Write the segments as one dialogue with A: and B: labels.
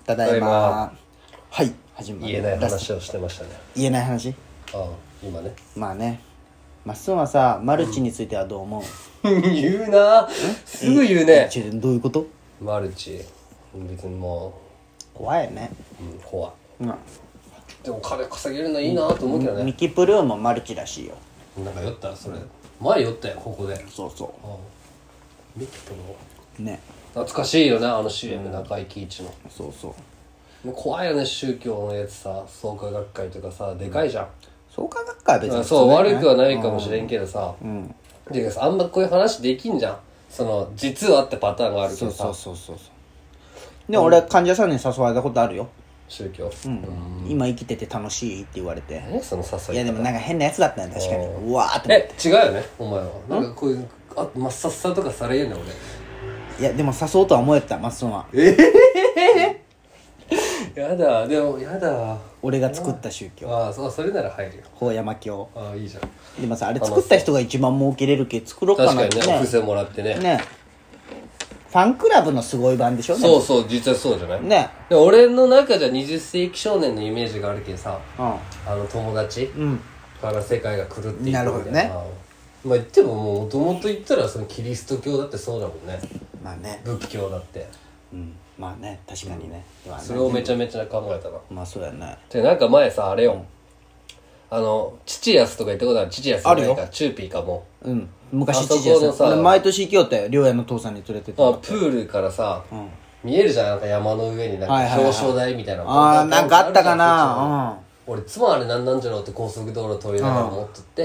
A: ただいま。はい、始まり
B: 言えない話をしてましたね。
A: 言えない話。
B: ああ、今ね。
A: まあね、まっすんはさ、マルチについてはどう思う？
B: 言うな、すぐ言うね。
A: どういうこと？
B: マルチ、別にも
A: 怖いよね。
B: う、怖い。
A: うん。
B: でも金稼げるのいいなと思うけどね。
A: ミキプルーもマルチらしいよ。
B: なんか酔ったそれ。前酔ったよここで。
A: そうそ
B: ああ、ミキプロ。
A: う。ね。
B: 懐かしいよね、あの CM、中井貴一の。
A: そうそう。
B: もう怖いよね、宗教のやつさ、創価学会とかさ、でかいじゃん。
A: 創価学会は別に
B: そう、悪くはないかもしれんけどさ。
A: うん。
B: であんまこういう話できんじゃん。その実はってパターンがあるけ
A: そう
B: どさ。
A: そうそうそう。で、俺患者さんに誘われたことあるよ。
B: 宗教。
A: 今生きてて楽しいって言われて。
B: その誘い。
A: いやでもなんか変なやつだったね、確かに。うわーって思って。
B: 違うよねお前は。なんかこういうマッサッサとかされんねん俺。
A: いやでも誘おうとは思えた、まっすんは。
B: やだ、でもやだ。
A: 俺が作った宗教。
B: ああ、そう、それなら入るよ。
A: 法山教。
B: ああ、いいじゃん。
A: でもさ、あれ作った人が一番儲けれるけ作ろうかなって
B: 確かにね、お布施もらってね。
A: ね。ファンクラブのすごい版でしょ。
B: そうそう、実はそうじゃない
A: ね。
B: で俺の中じゃ20世紀少年のイメージがあるけどさ、
A: う
B: 友達から世界が狂っていくみたい
A: なるほどね。
B: まあ言ってももともと言ったらそのキリスト教だってそうだもんね。
A: まあね。
B: 仏教だって。
A: まあね、確かにね。
B: それをめちゃめちゃ考えたな。
A: まあそうやね。
B: でなんか前さあれよ、父安とか言ったことある？父安じゃないか、チューピーかも。
A: 昔
B: あそこのさ
A: 俺毎年行きよったよ、陵園の父さんに連れてってもらって。
B: プールからさ、見えるじゃん、なんか山の上になんか表彰台みたいな。
A: ああ、なんかあったかな。
B: 俺いつもあれなんじゃろうって高速道路通りながら思っとって、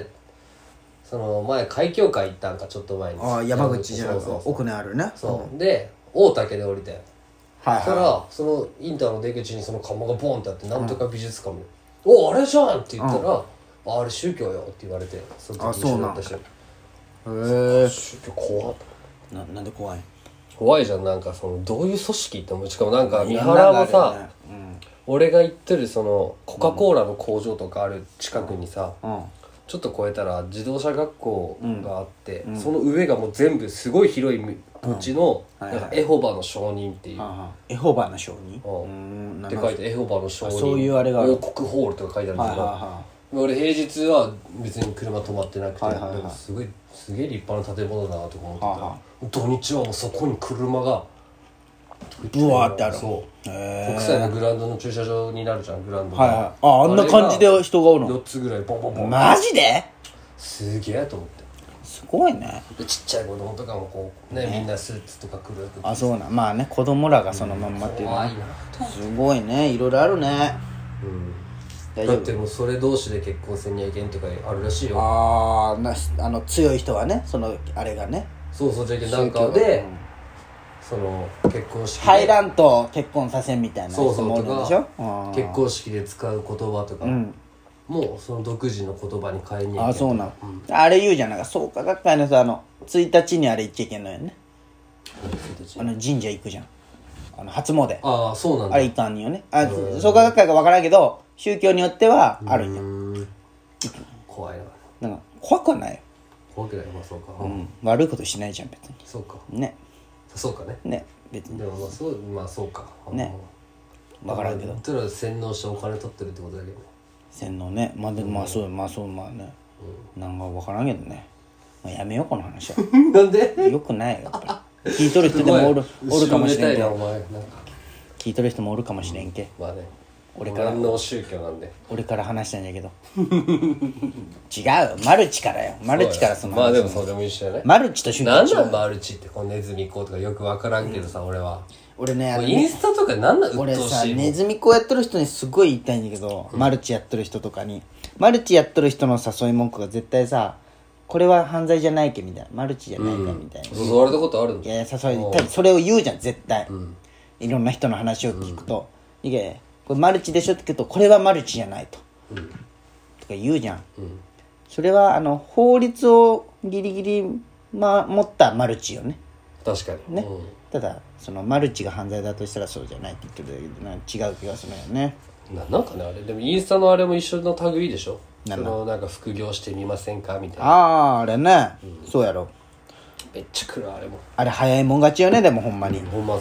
B: 前海峡会行ったんか、ちょっと前に。
A: ああ、山口じゃん。
B: そう
A: 奥にあるね。
B: そうで大竹で降りて、
A: はい
B: そしたらそのインターの出口にその窯がボンってあって、なんとか美術館も「おあれじゃん!」って言ったら「あれ宗教よ」って言われて、その時一緒だったし。
A: へえ。
B: 宗教怖っ。
A: なんで怖い？
B: 怖いじゃん、なんかそのどういう組織って思う。しかもなんか三原もさ、俺が行ってるそのコカ・コーラの工場とかある近くにさ、ちょっと越えたら自動車学校があって、その上がもう全部すごい広い土地のなんかエホバの証人っていう、
A: エホバの証人
B: って書いてエホバの証人
A: そういうあれがある。
B: 王国ホールとか書いてあるんだけど、俺平日は別に車止まってなくて、でもすげえ立派な建物だなとか思ってたら、土日はもうそこに車が
A: ブワーってある。
B: そう国際のグラウンドの駐車場になるじゃん、グラウンド
A: が。あんな感じで人がおるの？
B: 4つぐらいボンボンボン。
A: マジで？
B: すげえと思って。
A: すごいね。
B: でちっちゃい子供とかもこうね、みんなスーツとか来る。
A: あ、そうな。まあね、子供らがそのまんまっていうのは
B: 怖いな。
A: すごいね、いろいろあるね。
B: だってもうそれ同士で結婚せんにゃいけんとかあるらしいよ。
A: 強い人はね、そのあれがね。
B: そうじゃけなんかでその結婚式で
A: 入らんと結婚させんみたいな人もおるんでしょ。
B: 結婚式で使う言葉とかもうその独自の言葉に変えにゃいけん。
A: あ、そうなの。あれ言うじゃん、なんか創価学会のさ、1日にあれ行っちゃいけんのよね。神社行くじゃん、初詣。
B: ああ、そうなんだ。
A: あれいかんよね。創価学会が分からんけど宗教によってはあるんよ。
B: 怖い
A: な。なんか怖くはないよ。
B: 怖くない。まあそうか。
A: 悪いことしないじゃん別に。
B: そうか
A: ね。
B: そうかね。
A: ね、別に。
B: でもまあそうか
A: ね。分からんけど。
B: だから洗脳してお金取ってるってことだけどね。
A: 洗脳ね。まあでもまあそうまあね。なんか分からんけどね。やめようこの話は。
B: なんで？
A: よくないよやっぱり。聞いとる人でもおるかもしれんけど。
B: お前なんか
A: 聞いとる人もおるかもしれんけ。
B: まあね。
A: 俺から
B: 何の宗教なんで。
A: 俺から話したんやけど。違う、マルチからよ。マルチからその。
B: まあでもそうでも一緒じゃない。
A: マルチと宗教。
B: なんなんマルチってこのネズミ講とかよく分からんけどさ、俺は。
A: 俺ね、
B: インスタとかなんなん
A: 俺さ、ネズミ講やってる人にすごい言いたいんだけど、マルチやってる人とかに、マルチやってる人の誘い文句が絶対さ、これは犯罪じゃないけみたいな、マルチじゃないかみたいな。
B: 誘われたことあるんだ。
A: いや、誘い、多分それを言うじゃん絶対。いろんな人の話を聞くと、いやこれマルチでしょって言うと、これはマルチじゃないと、とか言うじゃん。それは法律をギリギリ持ったマルチよね。
B: 確かに
A: ね。ただそのマルチが犯罪だとしたらそうじゃないって言ってるだけど、違う気がするよね。
B: なんかね、あれでもインスタのあれも一緒の類でしょ。なんか副業してみませんかみたいな。
A: あれね、そうやろ。
B: めっちゃ来るあれも。
A: あれ早いもん勝ちよね。でもほんまに
B: ほんません。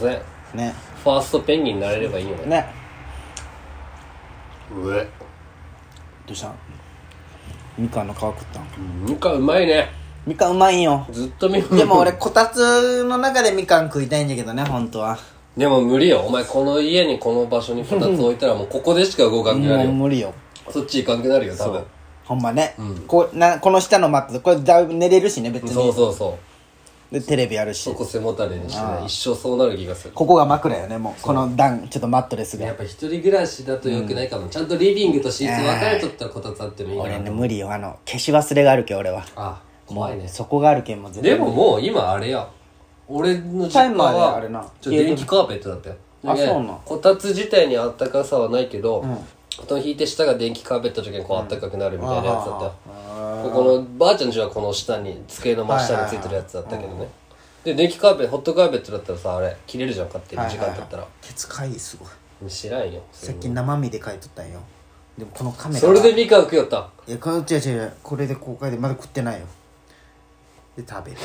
A: ね
B: ファーストペンギンになれればいいよね。
A: ね
B: うえ、
A: どうしたん？みかんの皮食ったん？
B: みかんうまいね。
A: みかんうまいんよ。
B: ずっとみ
A: でも俺こたつの中でみかん食いたいんだけどね本当は。
B: でも無理よ。お前この家にこの場所にこたつ置いたらもうここでしか動かんくなるよ。
A: もう無理よ。
B: そっち行かんくなるよ多分。
A: ほんまね、この下のマットこれだいぶ寝れるしね別に。
B: そうそうそう。
A: でテレビあるし、
B: そこ背もたれにしてね、一生そうなる気がする。
A: ここが枕よねもうこの段ちょっとマットレスが。
B: やっぱ一人暮らしだと良くないかも、ちゃんとリビングと寝室分かれとったらこたつあってもいいかな。
A: 俺ね無理よ消し忘れがあるけん俺は。
B: あ、怖いね。
A: そこがあるけんもう絶対
B: でももう今あれや、俺の実家
A: タイマーであ
B: は
A: れな
B: 電気カーペットだったよ。で
A: そうなん
B: こたつ自体にあったかさはないけど、布団引いて下が電気カーペットの時にこうあったかくなるみたいなやつだったよ。ここのばあちゃんちはこの下に机の真下についてるやつだったけどね。で電気カーペットホットカーペットだったらさあれ切れるじゃん勝手に時間経ったら。
A: 鉄かいすごい。
B: 知らんよ。
A: さっき生身で書いとったんよ。でもこのカメラ
B: それでみかん食いよった。
A: いやこれ違うこれで公開でまだ食ってないよ。で食べる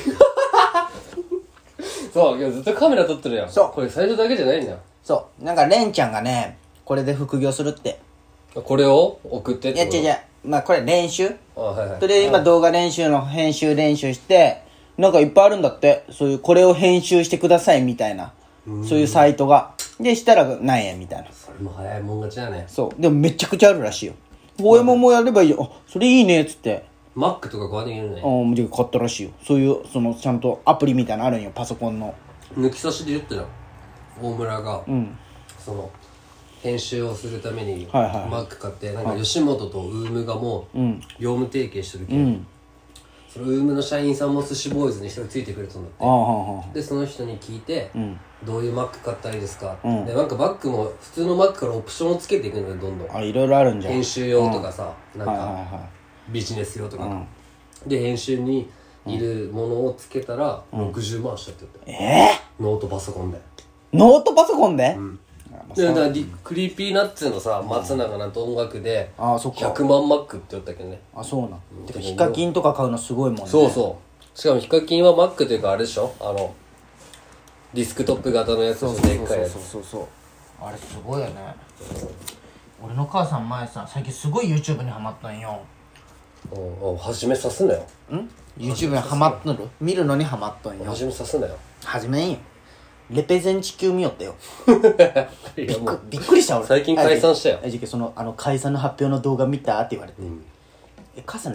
B: そういやずっとカメラ撮ってるやん。
A: そう
B: これ最初だけじゃないんだよ。
A: そうなんかレンちゃんがねこれで副業するって。
B: これを送ってっ
A: いや
B: てこと。
A: 違うまあこれ練習。
B: あ、はいはい。
A: それで今動画練習の編集練習してなんかいっぱいあるんだって。そういうこれを編集してくださいみたいなそういうサイトがでしたら何円みたいな。
B: それも早いもん勝ちだね。
A: そうでもめちゃくちゃあるらしいよ。親ももうやればいいよ。あそれいいねっつって。
B: マックとか買わできるね。
A: もう買ったらしいよ。そういうちゃんとアプリみたいなのあるんよパソコンの。
B: 抜き差しで言ったら大村が、その編集をするためにマ
A: はいはい
B: ック買ってなんか吉本とウームがもう業務提携してるけど、そのウームの社員さんも寿司ボーイズに一人ついてくれたんだって。でその人に聞いて、どういうマック買ったらいいですか、でなんかマックも普通のマックからオプションをつけていくんだよどんどん。
A: いろいろあるんじゃん。
B: 編集用とかさ、なん
A: はいはい
B: か
A: は
B: ビジネス用とか、で編集にいるものをつけたら60万したって言ったよ、ノートパソコンで。
A: ノートパソコンで、
B: でだからクリーピーナッツのさ松永なんて音楽で
A: そっか
B: 100万マックって言ったけどね。
A: そうなんてかヒカキンとか買うのすごいもんね。
B: そうそうしかもヒカキンはマックというかあれでしょディスクトップ型のやつ
A: そう
B: ででっかいやつ。
A: そうあれすごいよね。俺の母さん前さ最近すごい YouTube にハマったんよ。
B: 始めさすなよ。
A: YouTube にハマっとる見るのにハマっとんよ。
B: 始めさすなよ。
A: 始めんよ。レペゼン地球見よったよ。
B: いやもう
A: びっくりした俺。
B: 最近解散したよ。
A: 解散の発表の動画見たって言われて、母さん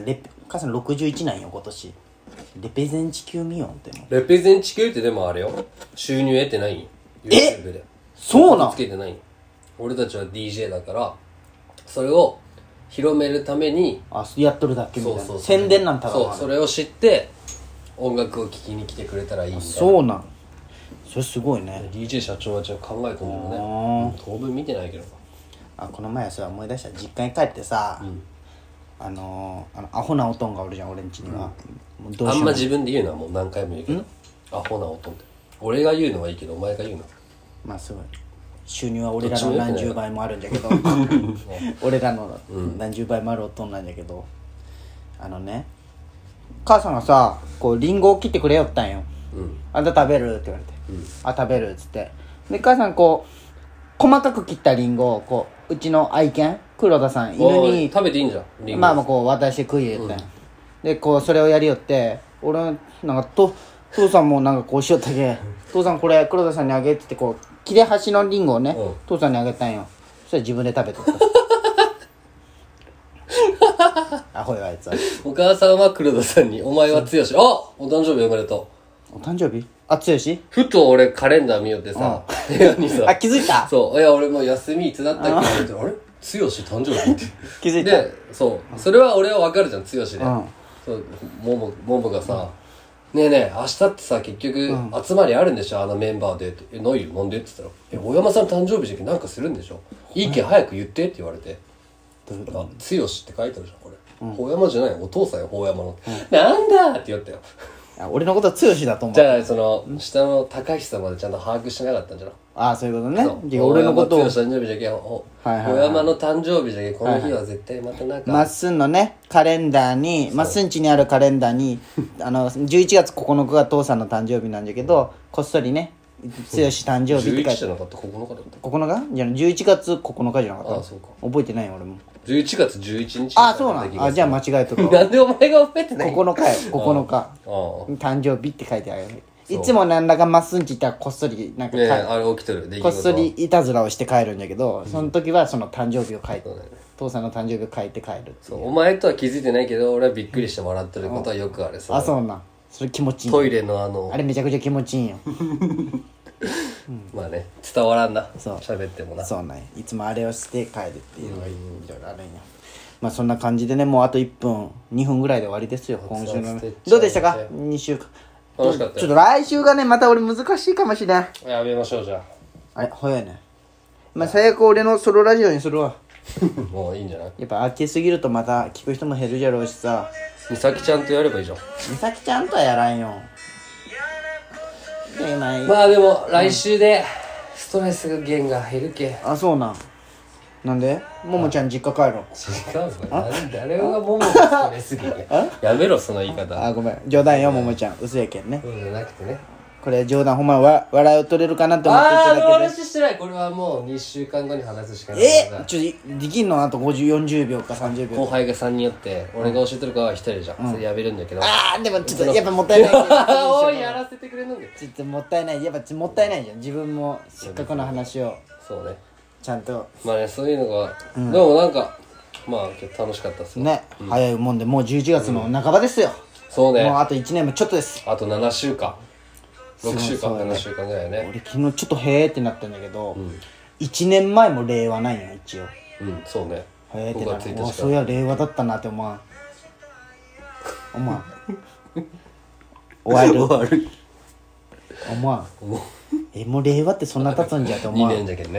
A: 61なんよ今年。レペゼン地球見よんっても
B: レペゼン地球ってでもあれよ収入得てないよ YouTube で。
A: そうなん
B: つけてないよ。俺たちは DJ だからそれを広めるために
A: やっとるだけみたいな。
B: そう
A: 宣伝なんたら。
B: そうそれを知って音楽を聴きに来てくれたらいいみたいな。
A: そうなんそれすごいね。
B: DJ 社長はちょっと考えてんだよね。当分見てないけど
A: この前さ思い出した実家に帰ってさ、アホなおとんがおるじゃん俺ん家には、もうどうしようも
B: あんま自分で言うのはもう何回も言うけどアホな音って俺が言うのはいいけどお前が言うの
A: まあすごい収入は俺らの何十倍もあるんじゃけど俺らの何十倍もあるおとんなんじゃけど母さんがさこうリンゴを切ってくれよったんよ、あんた食べるって言われて、食べるっつってで母さんこう細かく切ったリンゴをこううちの愛犬黒田さん犬に
B: 食べていいんじゃんリンゴ。
A: まあこう渡して食い言ったんよ、でこうそれをやりよって俺なんか父さんもなんかこうしよったけ父さんこれ黒田さんにあげって言ってこう切れ端のリンゴをね、父さんにあげたんよ。そしたら自分で食べとったアホよあいつは。
B: お母さんは黒田さんにお前は剛お誕生日おめでと
A: お誕生日剛し
B: う。ふと俺カレンダー見よってさ部屋にさ
A: 気づいた。
B: そういや俺もう休みいつだったっけって言ってあれ剛誕生日って
A: 気づいた。
B: でそうそれは俺は分かるじゃん剛で、そうももがさ、ねえねえ明日ってさ結局集まりあるんでしょメンバーでってないよなんでって言ったら大山さん誕生日じゃけなんかするんでしょいいけん早く言ってって言われて剛って書いてあるじゃんこれ、大山じゃないよお父さんよ大山の、なんだって言ったよ。
A: 俺のことは剛だと思う。
B: じゃあその下の高橋さんまでちゃんと把握してなかったんじゃない。
A: そういうことね。じゃあ
B: 俺のことを
A: を
B: 誕生日じゃけ大山の誕生日じゃけこの日は絶対またなんか
A: まっすんのねカレンダーにまっすん家にあるカレンダーに11月9日が父さんの誕生日なんだけどこっそりね剛誕生日って書
B: 11
A: いて
B: じゃなかった9日だった
A: 9日じゃあ11月9日じゃなかった
B: あそうか
A: 覚えてないよ俺も
B: 11月11日
A: あそうなんあじゃあ間違えとこう
B: なんでお前が覚えてない
A: 9日よ9日
B: ああ
A: 誕生日って書いてあるいつもなんだかまっすんち行ったらこっそりなんか
B: ねえあれ起きてる出来事
A: こっそりいたずらをして帰るんだけどその時はその誕生日を書いて
B: そうだよね
A: 父さんの誕生日を書いて帰るっていう
B: そうお前とは気づいてないけど俺はびっくりして笑ってることはよくある
A: あそうなんそれ気持ちいい
B: トイレの
A: あれめちゃくちゃ気持ちいいんよ
B: まあね伝わらんな
A: そう
B: 喋ってもな
A: そうなんやいつもあれをして帰るっていうのがいろいろあるんやまあそんな感じでねもうあと1分2分ぐらいで終わりですよ今週のねどうでしたか2週間
B: 楽しかったよ
A: ちょっと来週がねまた俺難しいかもしれん
B: やめましょうじゃ
A: あれ早いねまあ最悪俺のソロラジオにするわ
B: あもういいんじゃない
A: やっぱ飽きすぎるとまた聞く人も減るじゃろうしさ
B: 美咲ちゃんとやればいいじゃん
A: 美咲ちゃんとはやらんよで今
B: まあでも来週でストレス源が減るけ
A: あそうなんでももちゃん実家帰ろう
B: 違うぞ誰がもものストレス源やめろその言い方
A: あごめん冗談よももちゃん嘘やけんね
B: そうじゃなくてね
A: これ冗談ほんま笑いを取れるかなって思って言っ
B: ああもう
A: ただけで
B: 話してないこれはもう2週間後に話すしかないから
A: できんのあと40秒か30秒
B: 後輩が3人おって俺が教えてる子は1人じゃんそれやめるんだけど
A: あーでもちょっとやっぱもったいないけど
B: おいやらせてくれんのんで
A: ちょっともったいないやっぱもったいないじゃん自分もせっかくの話を
B: そうね
A: ちゃんと
B: まあねそういうのがでもなんかまあ結構楽しかったっす
A: ね早いもんでもう11月の半ばですよ
B: そうね
A: もうあと1年もちょっとです
B: あと7週間6週間
A: そうね
B: 7週間ぐらいね
A: 俺昨日ちょっとへーってなったんだけど1年前も令和なんよ一応
B: うんそうね
A: へーって
B: 5月1
A: なる
B: 日
A: そういや令和だったなって思わん終わる
B: 終わる
A: 思わんもう令和ってそんな経つんじゃって思
B: 2
A: わん
B: 年じゃけんね